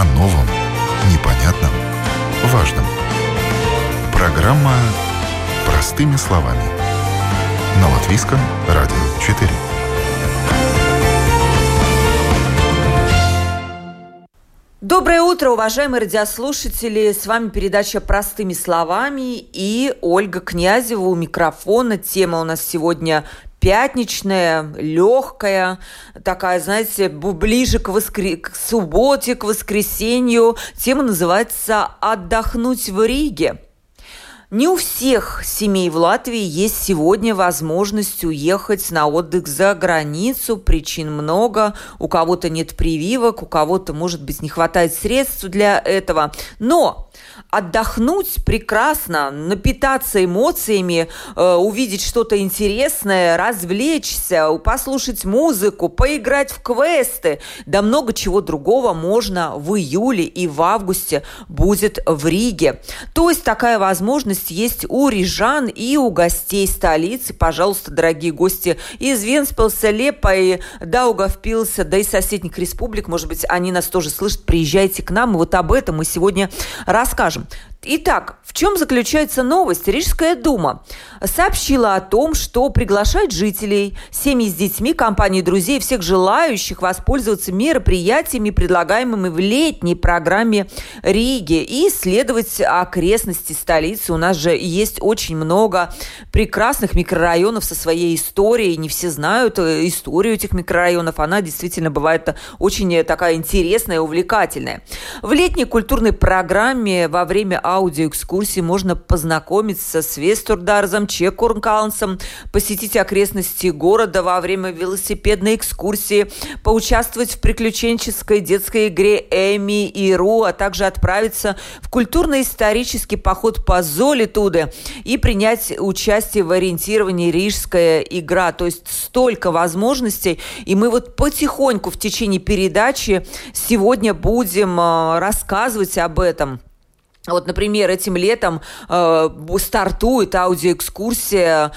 новом, непонятном, важном. Программа «Простыми словами» на Латвийском радио 4. Доброе утро, уважаемые радиослушатели! С вами передача «Простыми словами» и Ольга Князева у микрофона. Тема у нас сегодня пятничная, легкая, такая, знаете, ближе к субботе, к воскресенью. Тема называется «Отдохнуть в Риге». Не у всех семей в Латвии есть сегодня возможность уехать на отдых за границу. Причин много. У кого-то нет прививок, у кого-то, может быть, не хватает средств для этого. Но отдохнуть прекрасно, напитаться эмоциями, увидеть что-то интересное, развлечься, послушать музыку, поиграть в квесты. Да много чего другого можно в июле и в августе будет в Риге. То есть такая возможность есть у рижан и у гостей столицы. Пожалуйста, дорогие гости из Вентспилса, Лепои, Даугавпилса, да и соседних республик, может быть, они нас тоже слышат, приезжайте к нам, и вот об этом мы сегодня расскажем. Итак, в чем заключается новость? Рижская дума сообщила о том, что приглашает жителей, семьи с детьми, компании друзей, всех желающих воспользоваться мероприятиями, предлагаемыми в летней программе Риги, и исследовать окрестности столицы. У нас же есть очень много прекрасных микрорайонов со своей историей. Не все знают историю этих микрорайонов. Она действительно бывает очень такая интересная и увлекательная. В летней культурной программе во время аудиоэкскурсии можно познакомиться с Вестурдарзом, Чекуркалнсом, посетить окрестности города во время велосипедной экскурсии, поучаствовать в приключенческой детской игре Эми и Ру, а также отправиться в культурно-исторический поход по Золитуде и принять участие в ориентировании «Рижская игра». То есть столько возможностей, и мы вот потихоньку в течение передачи сегодня будем рассказывать об этом. Вот, например, этим летом стартует аудиоэкскурсия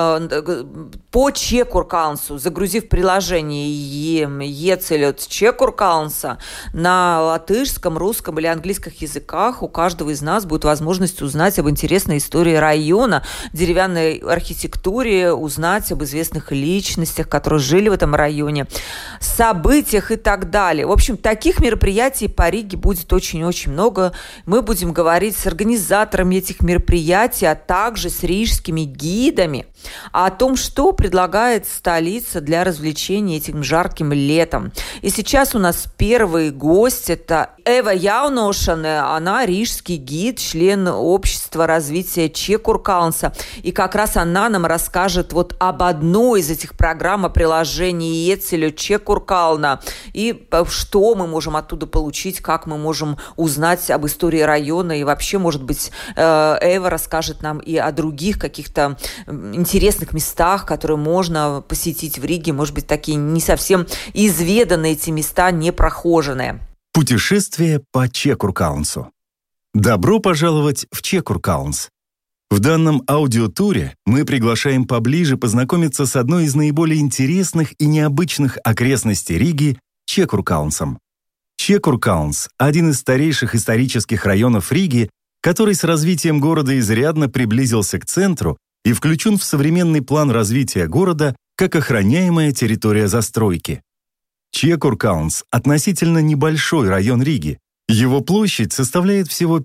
по Чекуркалнсу, загрузив приложение «Ецелет Чекуркалнса» на латышском, русском или английском языках. У каждого из нас будет возможность узнать об интересной истории района, деревянной архитектуре, узнать об известных личностях, которые жили в этом районе, событиях и так далее. В общем, таких мероприятий по Риге будет очень-очень много. Мы будем говорить с организаторами этих мероприятий, а также с рижскими гидами о том, что предлагает столица для развлечений этим жарким летом. И сейчас у нас первый гость – это Эва Яуношане. Она рижский гид, член общества развития Чекуркалнса. И как раз она нам расскажет вот об одной из этих программ, о приложении Ецелю Чекуркална. И что мы можем оттуда получить, как мы можем узнать об истории района. И вообще, может быть, Эва расскажет нам и о других каких-то интересных местах, которые можно посетить в Риге. Может быть, такие не совсем изведанные эти места, не прохоженные. Путешествие по Чекуркалнсу. Добро пожаловать в Чекуркалнс. В данном аудиотуре мы приглашаем поближе познакомиться с одной из наиболее интересных и необычных окрестностей Риги – Чекуркалнсом. Чекуркалнс – один из старейших исторических районов Риги, который с развитием города изрядно приблизился к центру и включен в современный план развития города как охраняемая территория застройки. Чекуркалнс – относительно небольшой район Риги. Его площадь составляет всего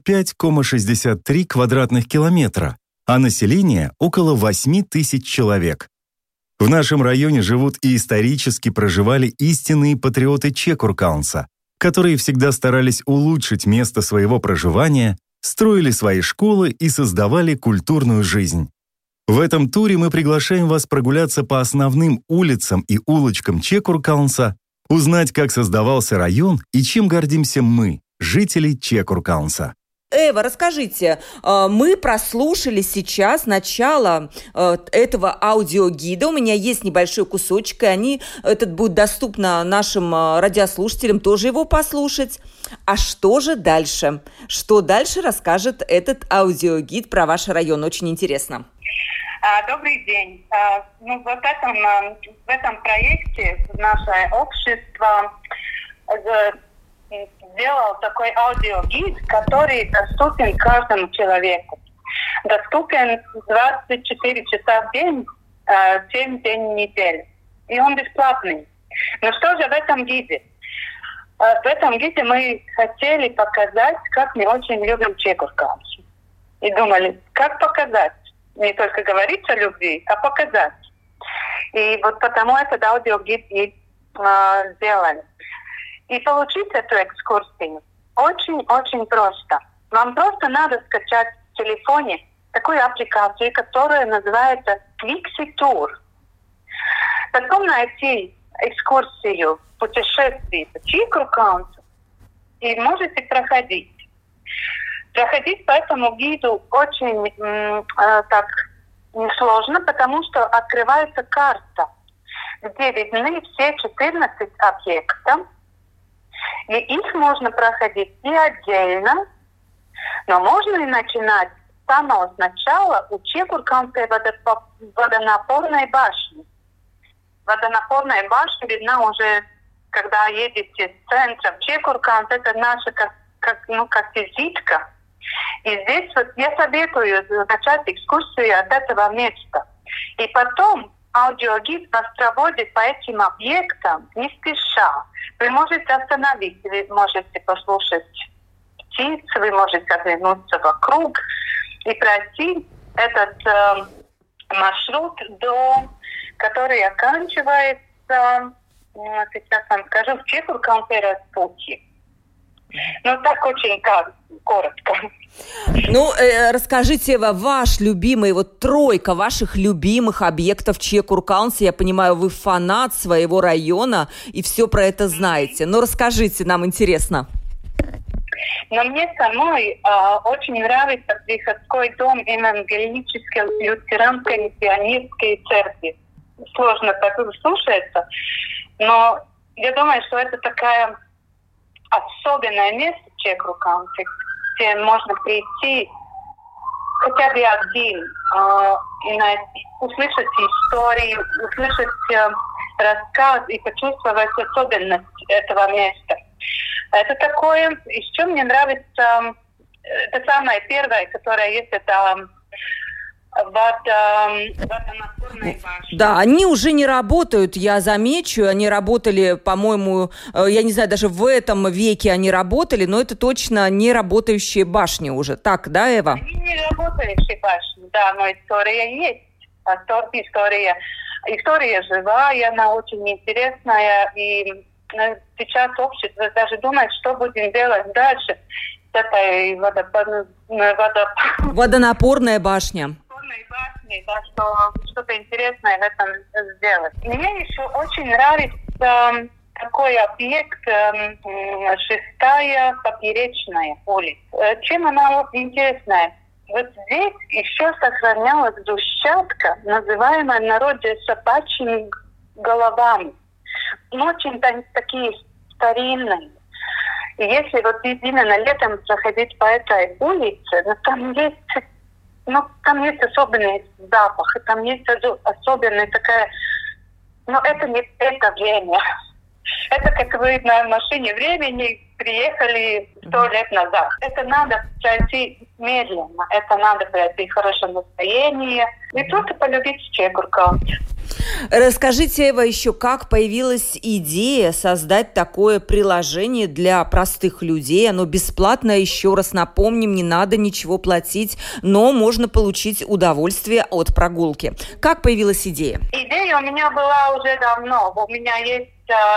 5,63 квадратных километра, а население – около 8 тысяч человек. В нашем районе живут и исторически проживали истинные патриоты Чекуркалнса, которые всегда старались улучшить место своего проживания, строили свои школы и создавали культурную жизнь. В этом туре мы приглашаем вас прогуляться по основным улицам и улочкам Чекуркалнса, узнать, как создавался район и чем гордимся мы, жители Чекуркалнса. Эва, расскажите, мы прослушали сейчас начало этого аудиогида. У меня есть небольшой кусочек, и этот будет доступно нашим радиослушателям тоже его послушать. А что же дальше? Что дальше расскажет этот аудиогид про ваш район? Очень интересно. Добрый день. В этом проекте наше общество сделал такой аудиогид, который доступен каждому человеку. Доступен 24 часа в день, 7 дней в неделю. И он бесплатный. Но что же в этом гиде? В этом гиде мы хотели показать, как мы очень любим чекурканцев. И думали, как показать? Не только говорить о любви, а показать. И вот потому этот аудиогид и сделали. И получить эту экскурсию очень-очень просто. Вам просто надо скачать в телефоне такую аппликацию, которая называется Quixi Tour. Потом найти экскурсию, путешествие по Чекуркаунсу, и можете проходить. Проходить по этому гиду очень так несложно, потому что открывается карта, где видны все 14 объектов, и их можно проходить и отдельно, но можно и начинать с самого начала у Чекуркаунской водонапорной башни. Водонапорная башня видна уже, когда едете с центра в Чекуркаунс, это наша как визитка. И здесь вот я советую начать экскурсию от этого места. И потом аудиогид вас проводит по этим объектам не спеша. Вы можете остановиться, вы можете послушать птиц, вы можете оглянуться вокруг и пройти этот маршрут который оканчивается, сейчас вам скажу, в Чекуркаунской Распутье. Ну, так очень коротко. Ну, расскажите, Ева, ваш любимый, тройка ваших любимых объектов Чекуркаунса. Я понимаю, вы фанат своего района и все про это знаете. Но расскажите, нам интересно. Но мне самой очень нравится приходской дом Евангелической лютеранской миссионерской церкви. Сложно так слушается, но я думаю, что это такая особенное место в Чекуркаунсе, где можно прийти хотя бы один и услышать историю, услышать рассказ и почувствовать особенность этого места. Это такое, еще мне нравится, это самое первое, которое есть, это водонапорная башня. Да, они уже не работают, я замечу. Они работали, по-моему, я не знаю, даже в этом веке они работали, но это точно не работающие башни уже. Так, да, Эва? Они не работающие башни, да, но история есть. История живая, она очень интересная. И сейчас общество даже думает, что будем делать дальше с этой водонапорная башня. Башни, да, что-то интересное в этом сделать. Мне еще очень нравится такой объект, 6-я поперечная улица. Чем она интересная? Вот здесь еще сохранялась брусчатка, называемая в народе собачьими головами. Очень такие старинные. И если вот именно летом проходить по этой улице, там есть особенный запах, там есть особенная такая... Но это не это время. Это как вы на машине времени приехали 100 лет назад. Это надо пройти медленно, это надо пройти в хорошем настроении и просто полюбить Чекуркаунс. Расскажите, Эва, еще как появилась идея создать такое приложение для простых людей. Оно бесплатно, еще раз напомним, не надо ничего платить, но можно получить удовольствие от прогулки. Как появилась идея? Идея у меня была уже давно. У меня есть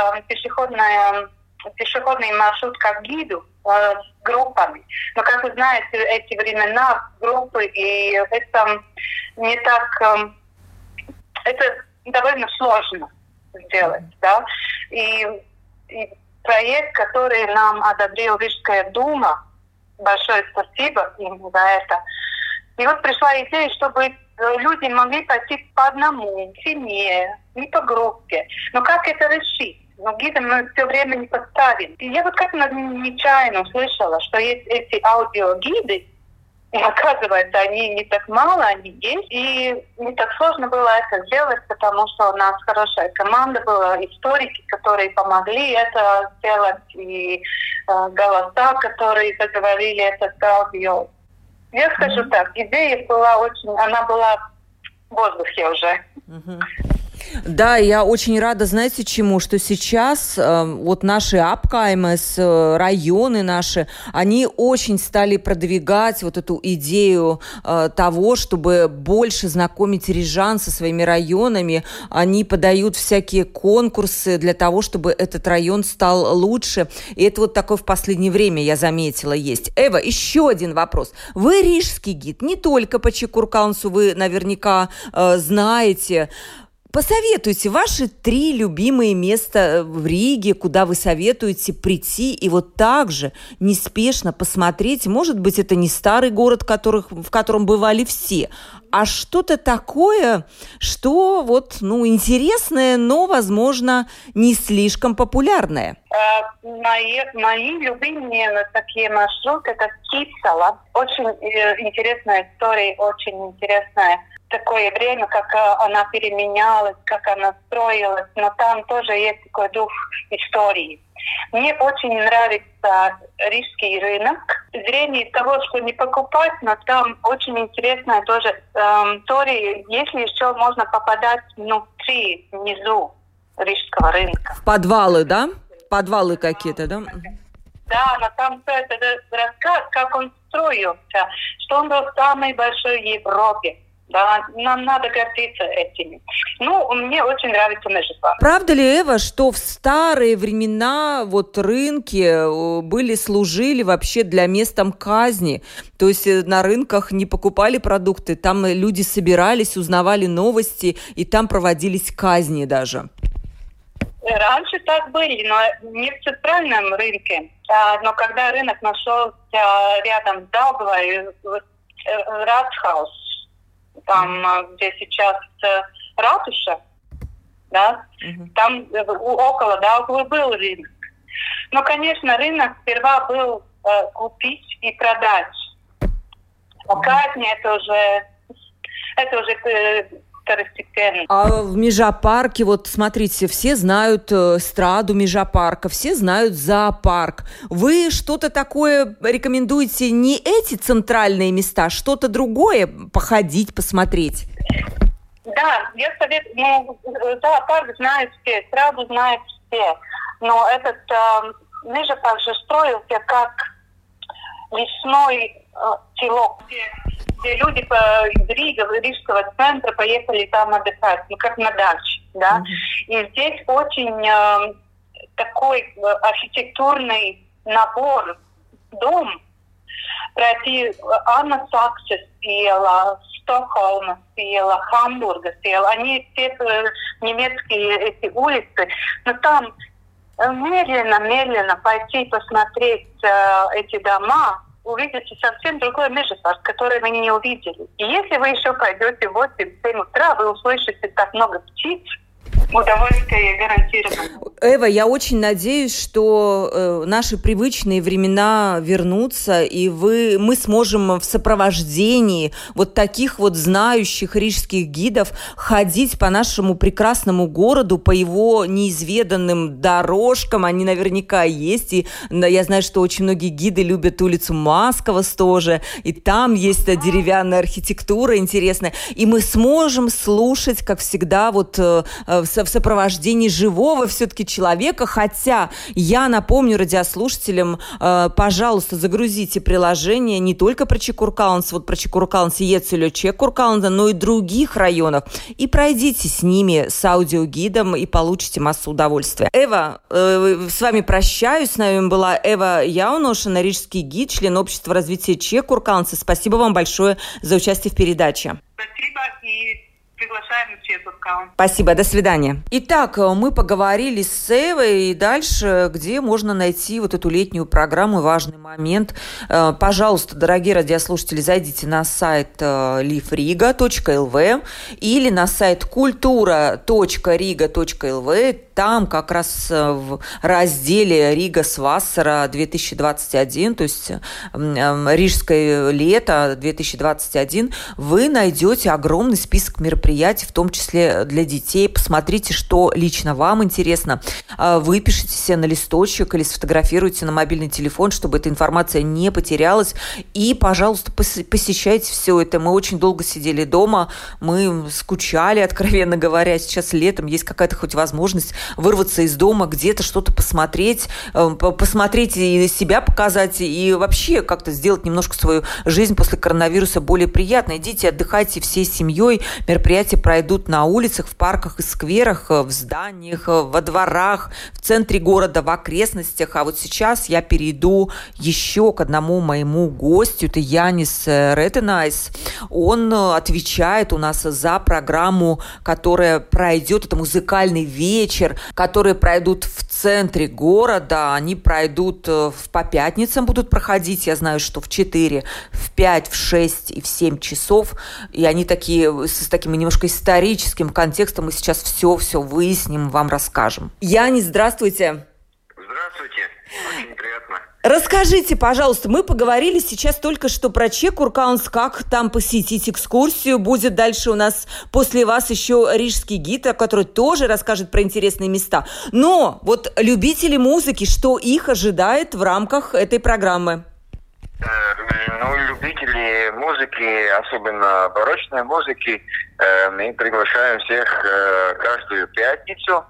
пешеходный маршрут как гиду с группами. Но, как вы знаете, эти времена группы, и это не так... Это довольно сложно сделать, да. И проект, который нам одобрила Рижская дума, большое спасибо им за это. И вот пришла идея, чтобы люди могли пойти по одному, в семье, не по группе. Но как это решить? Гидом мы все время не поставим. И я вот как-то нечаянно услышала, что есть эти аудиогиды, оказывается, они не так мало, они есть. И не так сложно было это сделать, потому что у нас хорошая команда была, историки, которые помогли это сделать, и голоса, которые заговорили этот аудио. Я скажу так, идея была она была в воздухе уже. Да, я очень рада, знаете, чему? Что сейчас вот наши апкаймес, районы наши, они очень стали продвигать вот эту идею того, чтобы больше знакомить рижан со своими районами. Они подают всякие конкурсы для того, чтобы этот район стал лучше. И это вот такое в последнее время, я заметила, есть. Эва, еще один вопрос. Вы рижский гид, не только по Чекуркаунсу, вы наверняка знаете. Посоветуйте ваши 3 любимые места в Риге, куда вы советуете прийти и вот так же неспешно посмотреть. Может быть, это не старый город, в котором бывали все, а что-то такое, что вот, интересное, но, возможно, не слишком популярное. Мои любимые такие маршруты – это Кипсала. Очень интересная история, очень интересная. Такое время, как она переменялась, как она строилась, но там тоже есть такой дух истории. Мне очень нравится рижский рынок. Зрение того, что не покупать, но там очень интересная тоже история, если еще можно попадать внизу рижского рынка. В подвалы, да? Подвалы какие-то, да? Да, но там все это рассказ, как он строился, что он был самый большой в Европе. Да, нам надо гордиться этими. Мне очень нравится Межапарк. Правда ли, Эва, что в старые времена рынки служили вообще для местом казни? То есть на рынках не покупали продукты, там люди собирались, узнавали новости, и там проводились казни даже. Раньше так были, но не в центральном рынке. Но когда рынок нашелся рядом с Даугавой, Ратхаус, там, где сейчас ратуша, да, там около Даугавы был рынок. Но, конечно, рынок сперва был купить и продать. А казни это уже второстепенно. А в Межапарке, смотрите, все знают эстраду Межапарка, все знают зоопарк. Вы что-то такое рекомендуете, не эти центральные места, что-то другое походить, посмотреть? Да, я советую, зоопарк знают все, эстраду знают все, но этот Межапарк же строился как лесной село, где люди из Рижского центра поехали там отдыхать, как на даче, да. И здесь очень такой архитектурный набор дом. Пройти Анна Сакса съела, Стокгольма съела, Хамбурга съела. Они все немецкие эти улицы, но там медленно пойти посмотреть эти дома, увидите совсем другой Межапарк, который вы не увидели. И если вы еще пойдете в 8-7 утра, вы услышите так много птиц, удовольствие гарантировано. Эва, я очень надеюсь, что наши привычные времена вернутся, и мы сможем в сопровождении таких знающих рижских гидов ходить по нашему прекрасному городу, по его неизведанным дорожкам. Они наверняка есть, и я знаю, что очень многие гиды любят улицу Масковас тоже, и там есть деревянная архитектура интересная, и мы сможем слушать, как всегда, в сопровождении живого все-таки человека, хотя я напомню радиослушателям, пожалуйста, загрузите приложение не только про Чекуркаунс, про Чекуркаунс и Ецелё Чекуркаунса, но и других районов, и пройдите с ними, с аудиогидом, и получите массу удовольствия. Эва, с вами прощаюсь, с нами была Эва Яуношина, рижский гид, член общества развития Чекуркаунса. Спасибо вам большое за участие в передаче. Спасибо и приглашаем в Чекуркаунс. Спасибо, до свидания. Итак, мы поговорили с Эвой, и дальше, где можно найти вот эту летнюю программу, важный момент. Пожалуйста, дорогие радиослушатели, зайдите на сайт livriga.lv или на сайт kultura.riga.lv. Там как раз в разделе «Рига с Вассера 2021», то есть Рижское лето 2021, вы найдете огромный список мероприятий, в том числе для детей. Посмотрите, что лично вам интересно. Выпишите себе на листочек или сфотографируйте на мобильный телефон, чтобы эта информация не потерялась. И, пожалуйста, посещайте все это. Мы очень долго сидели дома, мы скучали, откровенно говоря. Сейчас летом есть какая-то хоть возможность вырваться из дома, где-то что-то посмотреть и себя показать, и вообще как-то сделать немножко свою жизнь после коронавируса более приятной. Идите, отдыхайте всей семьей. Мероприятия пройдут на улицах, в парках и скверах, в зданиях, во дворах, в центре города, в окрестностях. А вот сейчас я перейду еще к одному моему гостю. Это Янис Ретенайс. Он отвечает у нас за программу, которая пройдет. Это музыкальный вечер, которые пройдут в центре города. Они пройдут по пятницам, будут проходить. Я знаю, что в 4, в 5, в 6 и в 7 часов. И они такие, с таким немножко историческим контекстом. Мы сейчас все выясним, вам расскажем. Янис, здравствуйте. Здравствуйте. Очень приятно. Расскажите, пожалуйста, мы поговорили сейчас только что про Чекуркаунс, как там посетить экскурсию. Будет дальше у нас после вас еще рижский гид, который тоже расскажет про интересные места. Но вот любители музыки, что их ожидает в рамках этой программы? Любители музыки, особенно барочной музыки, мы приглашаем всех каждую пятницу.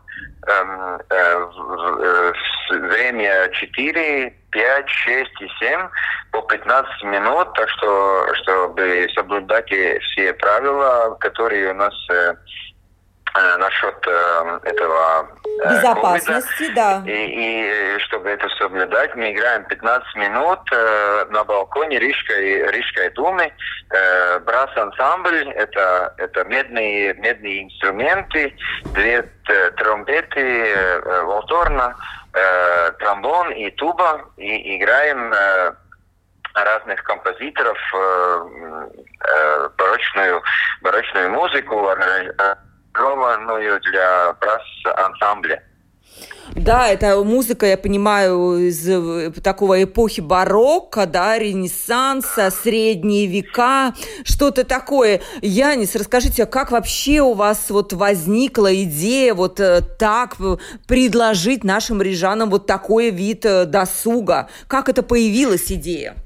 Время 4, 5, 6 и 7 по 15 минут, так что, чтобы соблюдать все правила, которые у нас насчет этого безопасности, COVID. Да. И чтобы это соблюдать, мы играем 15 минут на балконе Рижской думы. Брас-ансамбль – это медные инструменты, 2 тромпеты, волторна, тромбон и туба. И играем разных композиторов, барочную музыку, для брас-ансамбля. Да, это музыка, я понимаю, из такого эпохи барокко, да, Ренессанса, средние века, что-то такое. Янис, расскажите, а как вообще у вас вот возникла идея вот так предложить нашим рижанам вот такой вид досуга? Как это появилась идея?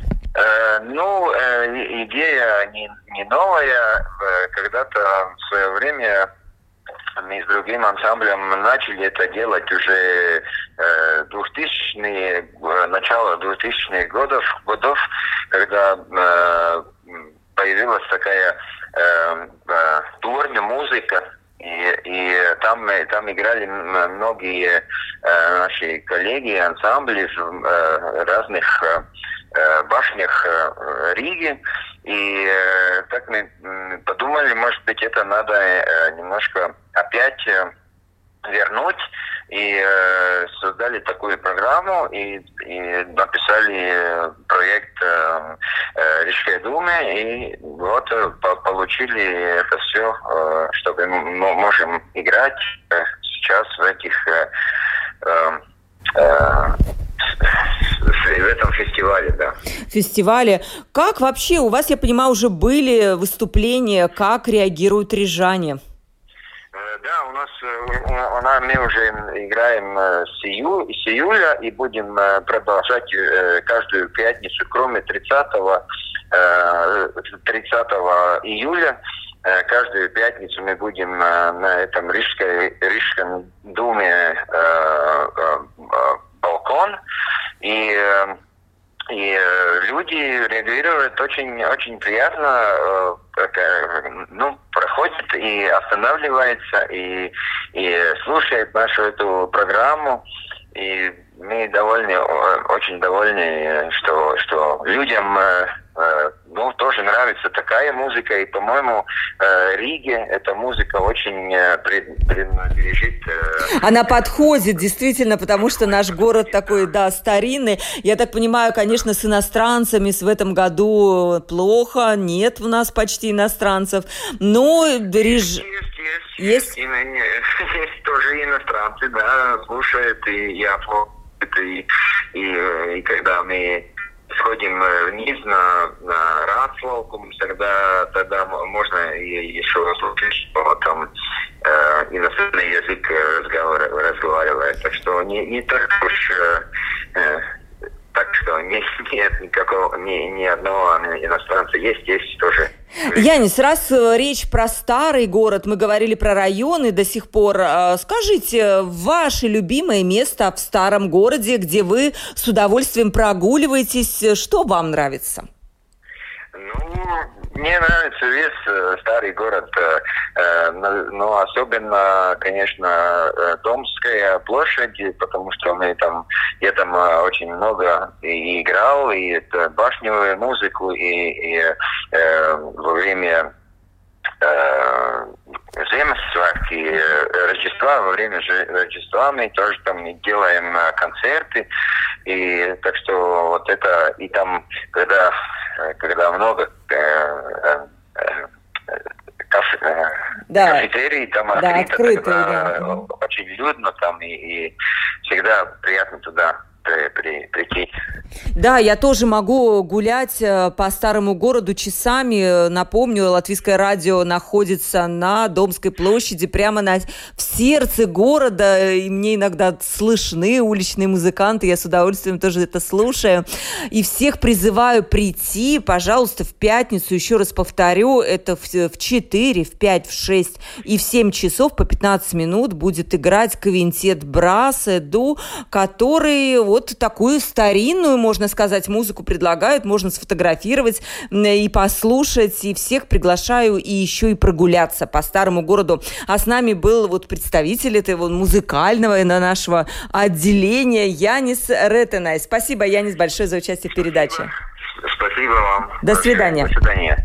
Идея не новая. Когда-то в свое время мы с другим ансамблем начали это делать уже начало 2000-х годов, когда появилась такая дворная музыка. И там играли многие наши коллеги, ансамбли в разных башнях Риги. И так мы подумали, может быть, это надо немножко опять вернуть. И создали такую программу и написали проект Рижской думы. И вот получили это все, чтобы мы можем играть сейчас в этом фестивале, да. Фестивале. Как вообще, у вас, я понимаю, уже были выступления, как реагируют рижане? Да, мы уже играем с июля и будем продолжать каждую пятницу, кроме 30 июля. Каждую пятницу мы будем на этом Рижском думе балкон. И люди реагируют очень приятно, проходит и останавливается, и слушает нашу эту программу. И мы очень довольны, что людям тоже нравится такая музыка. И, по-моему, Риге эта музыка очень принадлежит. Она подходит, действительно, потому что наш город такой, да, старинный. Я так понимаю, конечно, с иностранцами в этом году плохо. Нет у нас почти иностранцев. Но есть тоже иностранцы, да, слушают, и я и когда мы сходим вниз на Рацлауку, тогда можно еще слушать, что там иностранный язык разговаривает. Так что не так уж так что нет никакого, ни одного иностранца. Есть тоже. Янис, раз речь про старый город, мы говорили про районы до сих пор, скажите, ваше любимое место в старом городе, где вы с удовольствием прогуливаетесь, что вам нравится? Мне нравится весь старый город, но особенно, конечно, Домская площадь, потому что я там очень много и играл, и это башневую музыку, и во время Земсварки, Рождества, во время Рождества мы тоже там делаем концерты, и так что вот это, и там, когда много кафетерий там открыто, очень людно там, и всегда приятно туда прийти. Да, я тоже могу гулять по старому городу часами. Напомню, Латвийское радио находится на Домской площади, прямо в сердце города. И мне иногда слышны уличные музыканты. Я с удовольствием тоже это слушаю. И всех призываю прийти, пожалуйста, в пятницу. Еще раз повторю, это в 4, в 5, в 6 и в 7 часов по 15 минут будет играть квинтет Брас Эду, который вот такую старинную, можно сказать, музыку предлагают, можно сфотографировать и послушать, и всех приглашаю и еще и прогуляться по старому городу. А с нами был вот представитель этого музыкального нашего отделения Янис Ретенай. Спасибо, Янис, большое за участие в передаче. Спасибо вам. До свидания. До свидания.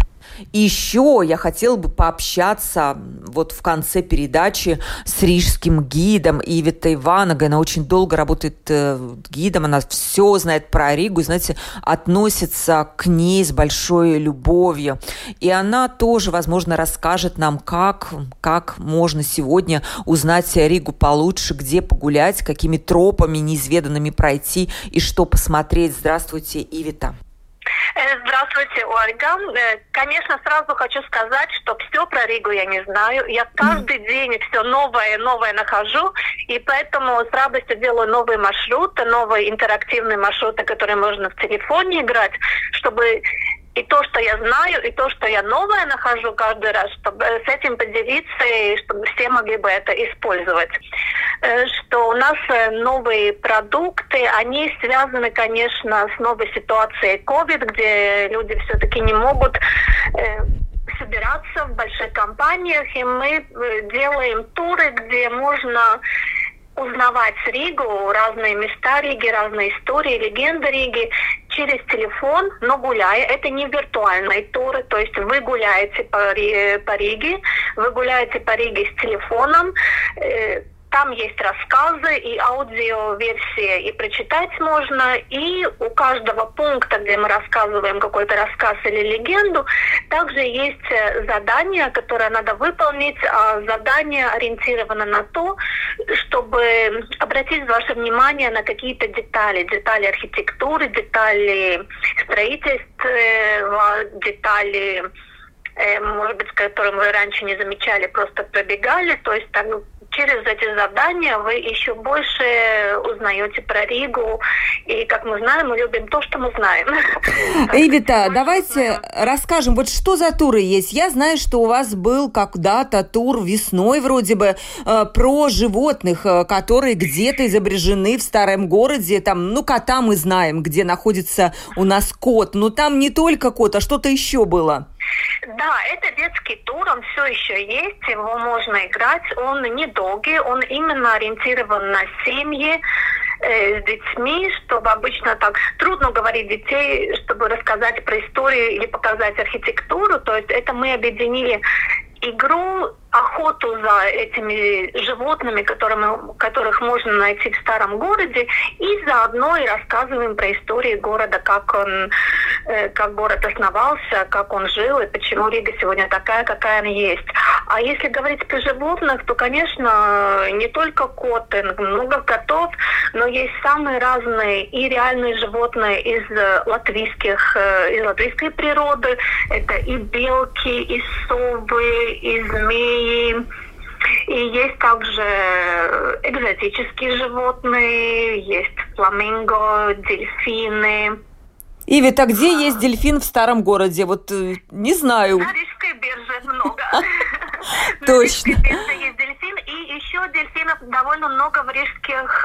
И еще я хотела бы пообщаться вот в конце передачи с рижским гидом Ивитой Ванагой. Она очень долго работает гидом, она все знает про Ригу, знаете, относится к ней с большой любовью. И она тоже, возможно, расскажет нам, как можно сегодня узнать Ригу получше, где погулять, какими тропами неизведанными пройти и что посмотреть. Здравствуйте, Ивита. Здравствуйте, Ольга. Конечно, сразу хочу сказать, что все про Ригу я не знаю. Я каждый день все новое и новое нахожу, и поэтому с радостью делаю новые маршруты, новые интерактивные маршруты, которые можно в телефоне играть, чтобы и то, что я знаю, и то, что я новое нахожу каждый раз, чтобы с этим поделиться, и чтобы все могли бы это использовать. Что у нас новые продукты, они связаны, конечно, с новой ситуацией COVID, где люди все-таки не могут собираться в больших компаниях, и мы делаем туры, где можно узнавать Ригу, разные места Риги, разные истории, легенды Риги через телефон, но гуляя. Это не виртуальные туры, то есть вы гуляете по Риге, вы гуляете по Риге с телефоном, там есть рассказы и аудиоверсии, и прочитать можно, и у каждого пункта, где мы рассказываем какой-то рассказ или легенду, также есть задание, которое надо выполнить, а задание ориентировано на то, чтобы обратить ваше внимание на какие-то детали архитектуры, детали строительства, детали, может быть, которые вы раньше не замечали, просто пробегали, то есть там через эти задания вы еще больше узнаете про Ригу. И, как мы знаем, мы любим то, что мы знаем. Ивита, давайте расскажем, вот что за туры есть. Я знаю, что у вас был когда-то тур весной вроде бы про животных, которые где-то изображены в старом городе. Там, кота мы знаем, где находится у нас кот. Но там не только кот, а что-то еще было. Да, это детский тур, он все еще есть, его можно играть, он недолгий, он именно ориентирован на семьи, с детьми, чтобы обычно так трудно говорить детей, чтобы рассказать про историю или показать архитектуру. То есть это мы объединили игру, охоту за этими животными, которых можно найти в старом городе, и заодно и рассказываем про историю города, как город основался, как он жил, и почему Рига сегодня такая, какая она есть. А если говорить про животных, то, конечно, не только коты, много котов, но есть самые разные и реальные животные из латвийской природы. Это и белки, и совы, и змеи. И есть также экзотические животные, есть фламинго, дельфины. Ивет, а где есть дельфин в старом городе? Вот не знаю. На Рижской бирже много. Точно. На Рижской бирже есть дельфин, и еще дельфинов довольно много в рижских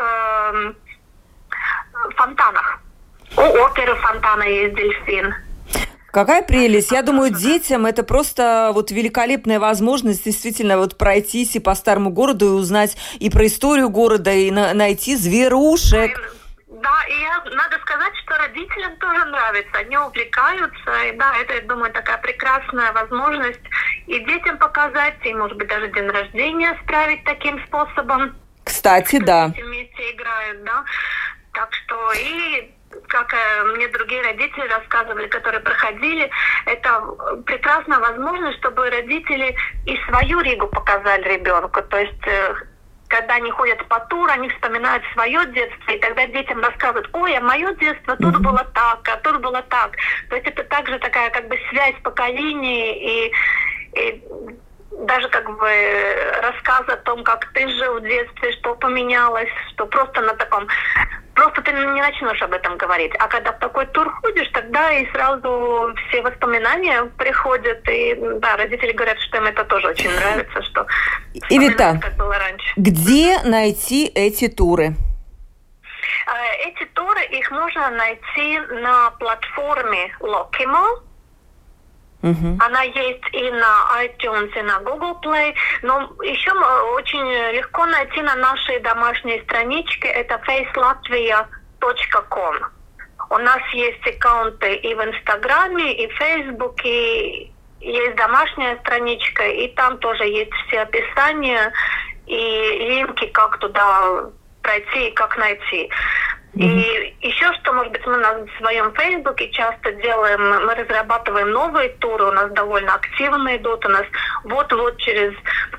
фонтанах. У оперы фонтана есть дельфин. Какая прелесть. Я думаю, детям это просто вот великолепная возможность действительно вот пройтись и по старому городу и узнать и про историю города, и найти зверушек. Да, и надо сказать, что родителям тоже нравится, они увлекаются, и да, это, я думаю, такая прекрасная возможность и детям показать, и, может быть, даже день рождения справить таким способом. Кстати, да. Вместе играют, да. Так что и как мне другие родители рассказывали, которые проходили, это прекрасная возможность, чтобы родители и свою Ригу показали ребенку. То есть, когда они ходят по туру, они вспоминают свое детство, и тогда детям рассказывают: ой, а мое детство тут было так, а тут было так. То есть это также такая как бы связь поколений и даже как бы рассказ о том, как ты жил в детстве, что поменялось, что просто на таком... Просто ты не начнешь об этом говорить. А когда в такой тур ходишь, тогда и сразу все воспоминания приходят. И да, родители говорят, что им это тоже очень нравится, что Ивита, как было раньше. Где найти эти туры? Эти туры, их можно найти на платформе Lokimo. Она есть и на iTunes, и на Google Play, но еще очень легко найти на нашей домашней страничке, это facelatvia.com. У нас есть аккаунты и в Инстаграме, и в Фейсбуке, есть домашняя страничка, и там тоже есть все описания и линки, как туда пройти и как найти. И еще что, может быть, мы на своем Фейсбуке часто делаем, мы разрабатываем новые туры, у нас довольно активно идут, у нас вот-вот через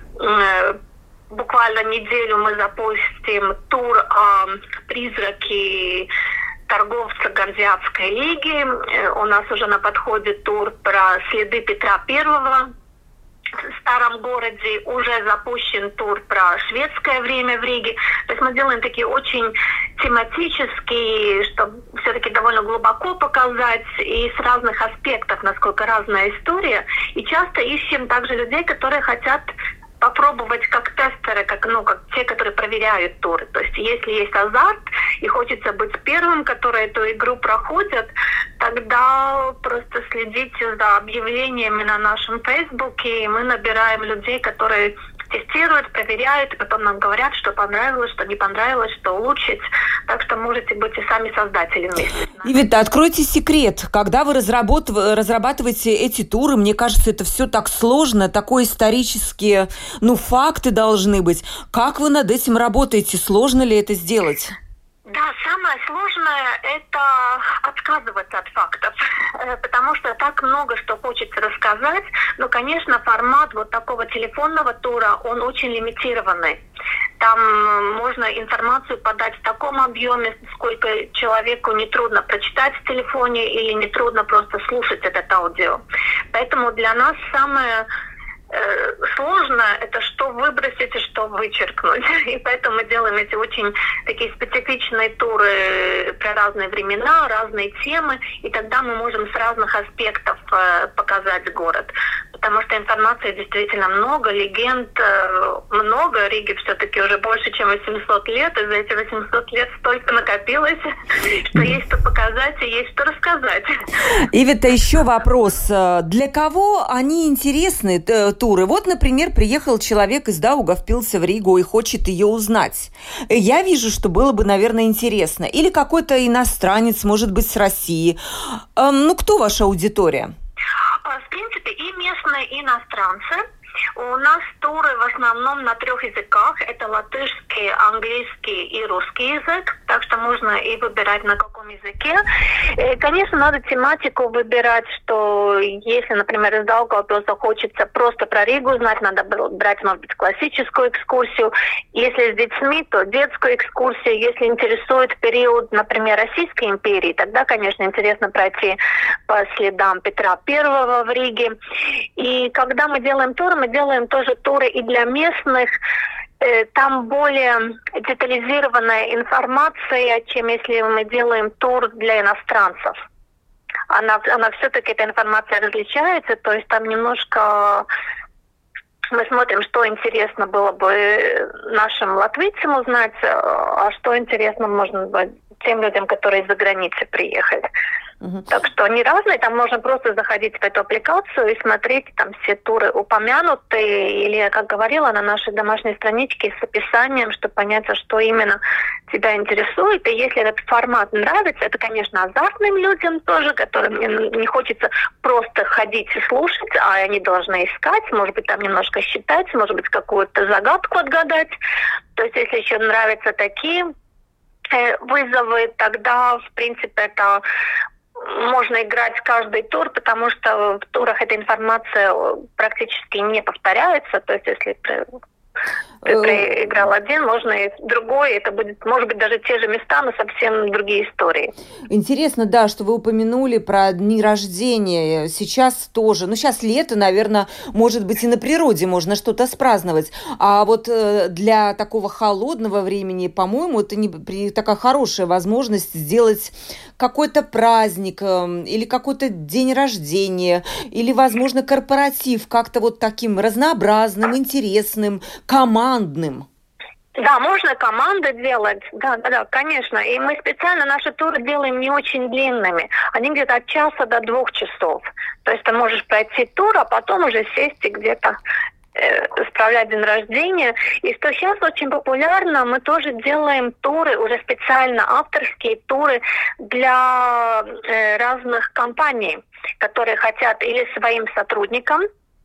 буквально неделю мы запустим тур о призраке торговца Ганзиатской лиги, у нас уже на подходе тур про следы Петра Первого. В старом городе уже запущен тур про шведское время в Риге. То есть мы делаем такие очень тематические, чтобы все-таки довольно глубоко показать и с разных аспектов, насколько разная история. И часто ищем также людей, которые хотят попробовать как тестеры, как те, которые проверяют туры. То есть если есть азарт и хочется быть первым, который эту игру проходит, тогда просто следите за объявлениями на нашем Фейсбуке, и мы набираем людей, которые тестируют, проверяют, и потом нам говорят, что понравилось, что не понравилось, что улучшить. Так что можете быть и сами создатели вместе. Ивита, откройте секрет. Когда вы разрабатываете эти туры, мне кажется, это все так сложно, такие исторические, факты должны быть. Как вы над этим работаете? Сложно ли это сделать? Да, самое сложное – это отказываться от фактов, потому что так много что хочется рассказать, но, конечно, формат вот такого телефонного тура, он очень лимитированный. Там можно информацию подать в таком объеме, сколько человеку нетрудно прочитать в телефоне или нетрудно просто слушать этот аудио. Поэтому для нас самое сложно это что выбросить и что вычеркнуть. И поэтому мы делаем эти очень такие специфичные туры про разные времена, разные темы, и тогда мы можем с разных аспектов показать город. потому что информации действительно много, легенд много. Риге все-таки уже больше, чем 800 лет, и за эти 800 лет столько накопилось, что есть что показать и есть что рассказать. Ивета, еще вопрос. Для кого они интересны, туры? Вот, например, приехал человек из Даугавпилса в Ригу и хочет ее узнать. Я вижу, что было бы, наверное, интересно. Или какой-то иностранец, может быть, с России. Кто ваша аудитория? В принципе, и местные, и иностранцы. У нас туры в основном на 3 языках. Это латышский, английский и русский язык. Так что можно и выбирать, на каком языке. И, конечно, надо тематику выбирать, что если, например, из Даугавпилса хочется просто про Ригу знать, надо брать, может быть, классическую экскурсию. Если с детьми, то детскую экскурсию. Если интересует период, например, Российской империи, тогда, конечно, интересно пройти по следам Петра I в Риге. И когда мы делаем туры, мы делаем тоже туры и для местных. Там более детализированная информация, чем если мы делаем тур для иностранцев. Она все-таки, эта информация различается, то есть там немножко мы смотрим, что интересно было бы нашим латвийцам узнать, а что интересно можно быть тем людям, которые из-за границы приехали. Так что они разные, там можно просто заходить в эту аппликацию и смотреть, там все туры упомянуты, или, я как говорила, на нашей домашней страничке с описанием, чтобы понять, что именно тебя интересует. И если этот формат нравится, это, конечно, азартным людям тоже, которым не хочется просто ходить и слушать, а они должны искать, может быть, там немножко считать, может быть, какую-то загадку отгадать. То есть, если еще нравятся такие вызовы, тогда, в принципе, это можно играть каждый тур, потому что в турах эта информация практически не повторяется. То есть, если проиграл один, можно и другой. Это будет, может быть, даже те же места, но совсем другие истории. Интересно, да, что вы упомянули про дни рождения. Сейчас тоже. Сейчас лето, наверное, может быть, и на природе можно что-то спраздновать. А вот для такого холодного времени, по-моему, это такая хорошая возможность сделать какой-то праздник или какой-то день рождения, или, возможно, корпоратив как-то вот таким разнообразным, интересным, командным. Да, можно команды делать, да, конечно. И мы специально наши туры делаем не очень длинными. Они где-то от часа до 2 часов. То есть ты можешь пройти тур, а потом уже сесть и где-то справлять день рождения. И что сейчас очень популярно, мы тоже делаем туры, уже специально авторские туры для разных компаний, которые хотят или своим сотрудникам,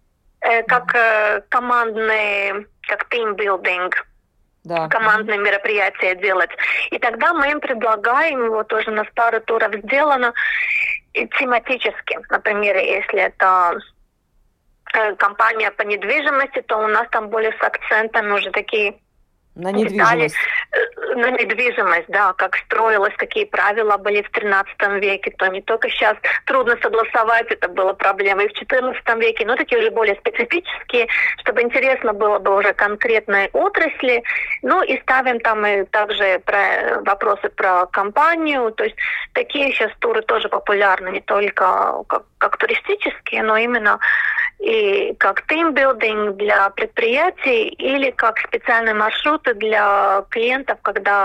как командные, как тимбилдинг, командные мероприятия делать. И тогда мы им предлагаем, вот тоже у нас пару туров сделано, тематически. Например, если это компания по недвижимости, то у нас там более с акцентами уже такие на недвижимость. На недвижимость, да, как строилось, какие правила были в 13 веке, то не только сейчас трудно согласовать, это была проблема и в 14 веке, но такие уже более специфические, чтобы интересно было бы уже конкретной отрасли. Ну и ставим там и также вопросы про компанию, то есть такие сейчас туры тоже популярны, не только как туристические, но именно и как тимбилдинг для предприятий или как специальные маршруты для клиентов,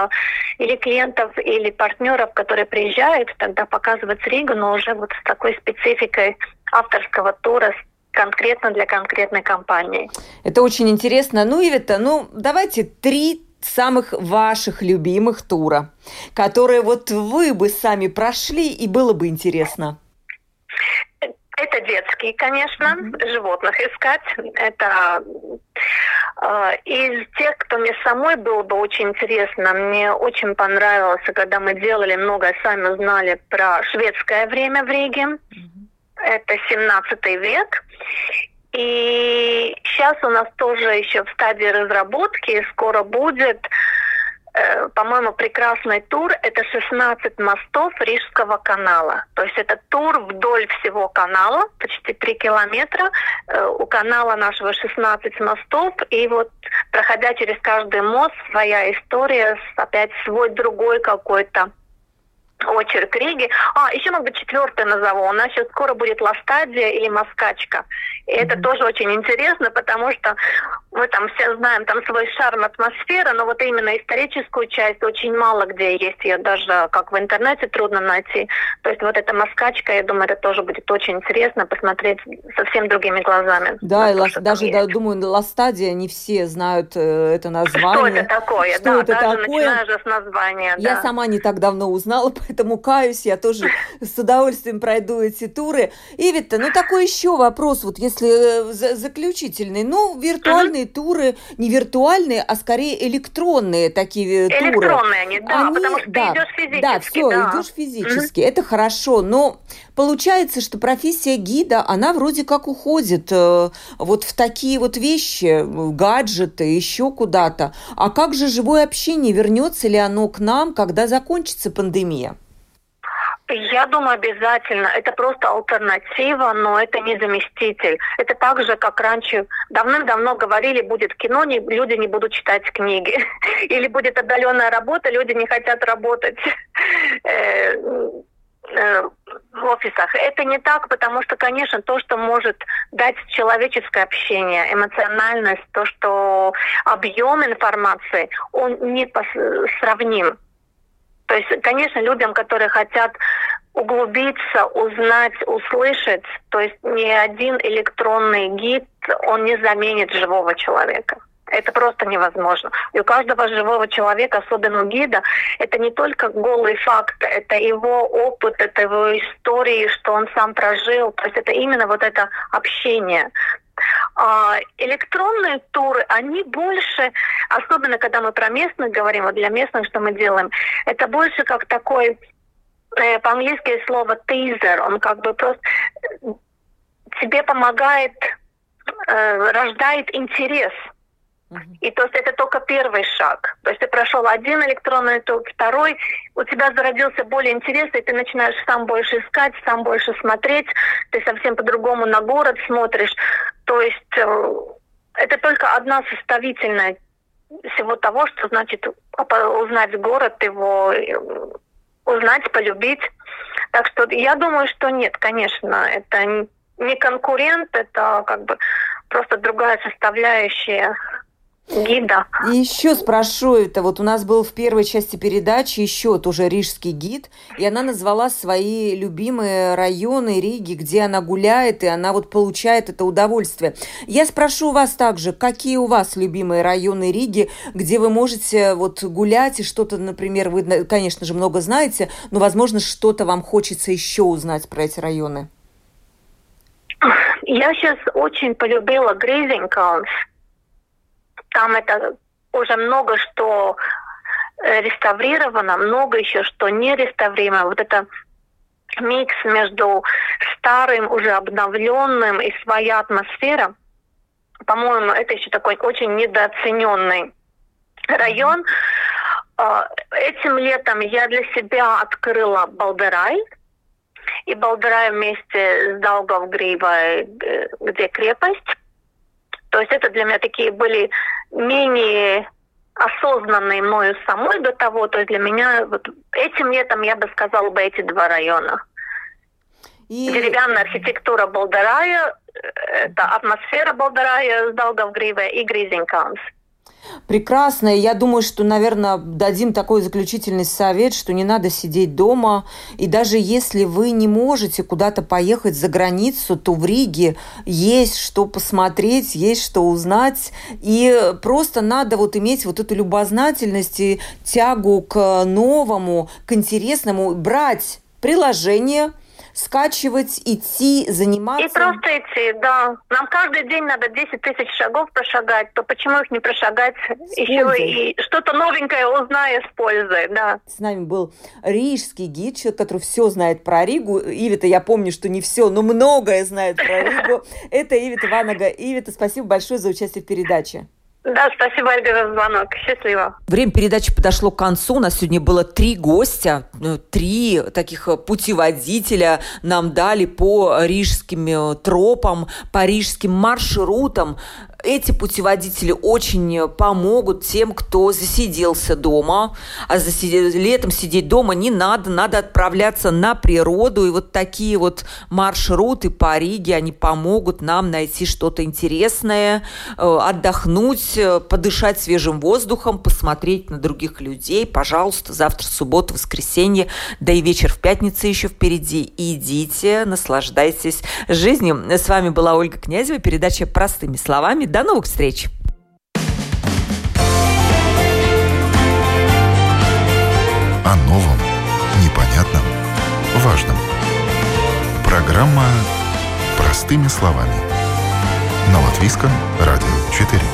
или партнеров, которые приезжают, тогда показывать Ригу, но уже вот с такой спецификой авторского тура конкретно для конкретной компании. Это очень интересно. Ивета, давайте 3 самых ваших любимых тура, которые вот вы бы сами прошли и было бы интересно. Это детские, конечно, животных искать. Это из тех, кто мне самой было бы очень интересно, мне очень понравилось, когда мы делали многое, сами узнали про шведское время в Риге. Это 17 век. И сейчас у нас тоже еще в стадии разработки, скоро будет, по-моему, прекрасный тур. Это 16 мостов Рижского канала. То есть это тур вдоль всего канала, почти 3 километра. У канала нашего 16 мостов. И вот, проходя через каждый мост, своя история, опять свой другой какой-то очерк Риги. Еще, может быть, 4 назову. У нас сейчас скоро будет Ластадия или Москачка. И это тоже очень интересно, потому что мы там все знаем, там свой шарм, атмосфера, но вот именно историческую часть очень мало где есть. Ее даже как в интернете трудно найти. То есть вот эта Москачка, я думаю, это тоже будет очень интересно посмотреть совсем другими глазами. Да, и даже, думаю, Ластадия не все знают это название. Что это такое? Что это даже такое? Начиная же с названия. Я сама не так давно узнала, поэтому каюсь, я тоже с удовольствием пройду эти туры. Ивита, такой еще вопрос, вот если заключительный. Виртуальные туры, не виртуальные, а скорее электронные такие туры. Электронные они, потому что ты идешь физически. Да, все, идешь физически, это хорошо, но получается, что профессия гида, она вроде как уходит вот в такие вот вещи, гаджеты, еще куда-то. А как же живое общение? Вернется ли оно к нам, когда закончится пандемия? Я думаю, обязательно. Это просто альтернатива, но это не заместитель. Это так же, как раньше давным-давно говорили, будет кино, люди не будут читать книги. Или будет отдаленная работа, люди не хотят работать в офисах. Это не так, потому что, конечно, то, что может дать человеческое общение, эмоциональность, то, что объем информации, он не сравним. То есть, конечно, людям, которые хотят углубиться, узнать, услышать, то есть ни один электронный гид, он не заменит живого человека. Это просто невозможно. И у каждого живого человека, особенно у гида, это не только голый факт, это его опыт, это его истории, что он сам прожил. То есть это именно вот это общение. Электронные туры, они больше, особенно когда мы про местных говорим, вот для местных, что мы делаем, это больше как такой, по-английски слово teaser, он как бы просто тебе помогает, рождает интерес. И то есть это только первый шаг. То есть ты прошел один электронный тур, второй, у тебя зародился более интерес, и ты начинаешь сам больше искать, сам больше смотреть, ты совсем по-другому на город смотришь. То есть это только одна составительная всего того, что значит узнать город, его узнать, полюбить. Так что я думаю, что нет, конечно, это не конкурент, это как бы просто другая составляющая гида. И еще спрошу, это вот у нас был в первой части передачи еще тоже рижский гид, и она назвала свои любимые районы Риги, где она гуляет, и она вот получает это удовольствие. Я спрошу вас также, какие у вас любимые районы Риги, где вы можете вот гулять, и что-то, например, вы, конечно же, много знаете, но, возможно, что-то вам хочется еще узнать про эти районы. Я сейчас очень полюбила Гризинкаунс. Там это уже много что реставрировано, много еще что не реставрировано. Вот это микс между старым, уже обновленным и своя атмосфера. По-моему, это еще такой очень недооцененный район. Этим летом я для себя открыла Балдерай. И Балдерай вместе с Даугавгривой, где крепость. То есть это для меня такие были менее осознанные мною самой до того. То есть для меня вот этим летом я бы сказала бы эти два района. И деревянная архитектура Балдерая, это атмосфера Балдерая с Даугавгривой и Гризинкаунс. Прекрасно. Я думаю, что, наверное, дадим такой заключительный совет, что не надо сидеть дома. И даже если вы не можете куда-то поехать за границу, то в Риге есть что посмотреть, есть что узнать. И просто надо вот иметь вот эту любознательность и тягу к новому, к интересному, брать приложение, скачивать, идти, заниматься. И просто идти, да. Нам каждый день надо 10 тысяч шагов прошагать, то почему их не прошагать еще и что-то новенькое узная с пользой, да. С нами был рижский гид, человек, который все знает про Ригу. Ивита, я помню, что не все, но многое знает про Ригу. Это Ивита Ванага. Ивита, спасибо большое за участие в передаче. Да, спасибо, Ольга, за звонок. Счастливо. Время передачи подошло к концу. У нас сегодня было 3 гостя, 3 таких путеводителя нам дали по рижским тропам, по рижским маршрутам. Эти путеводители очень помогут тем, кто засиделся дома. А летом сидеть дома не надо, надо отправляться на природу. И вот такие вот маршруты по Риге, они помогут нам найти что-то интересное, отдохнуть, подышать свежим воздухом, посмотреть на других людей. Пожалуйста, завтра суббота, воскресенье, да и вечер в пятницу еще впереди. Идите, наслаждайтесь жизнью. С вами была Ольга Князева, передача «Простыми словами». До новых встреч! О новом, непонятном, важном. Программа «Простыми словами» на Латвийском радио 4.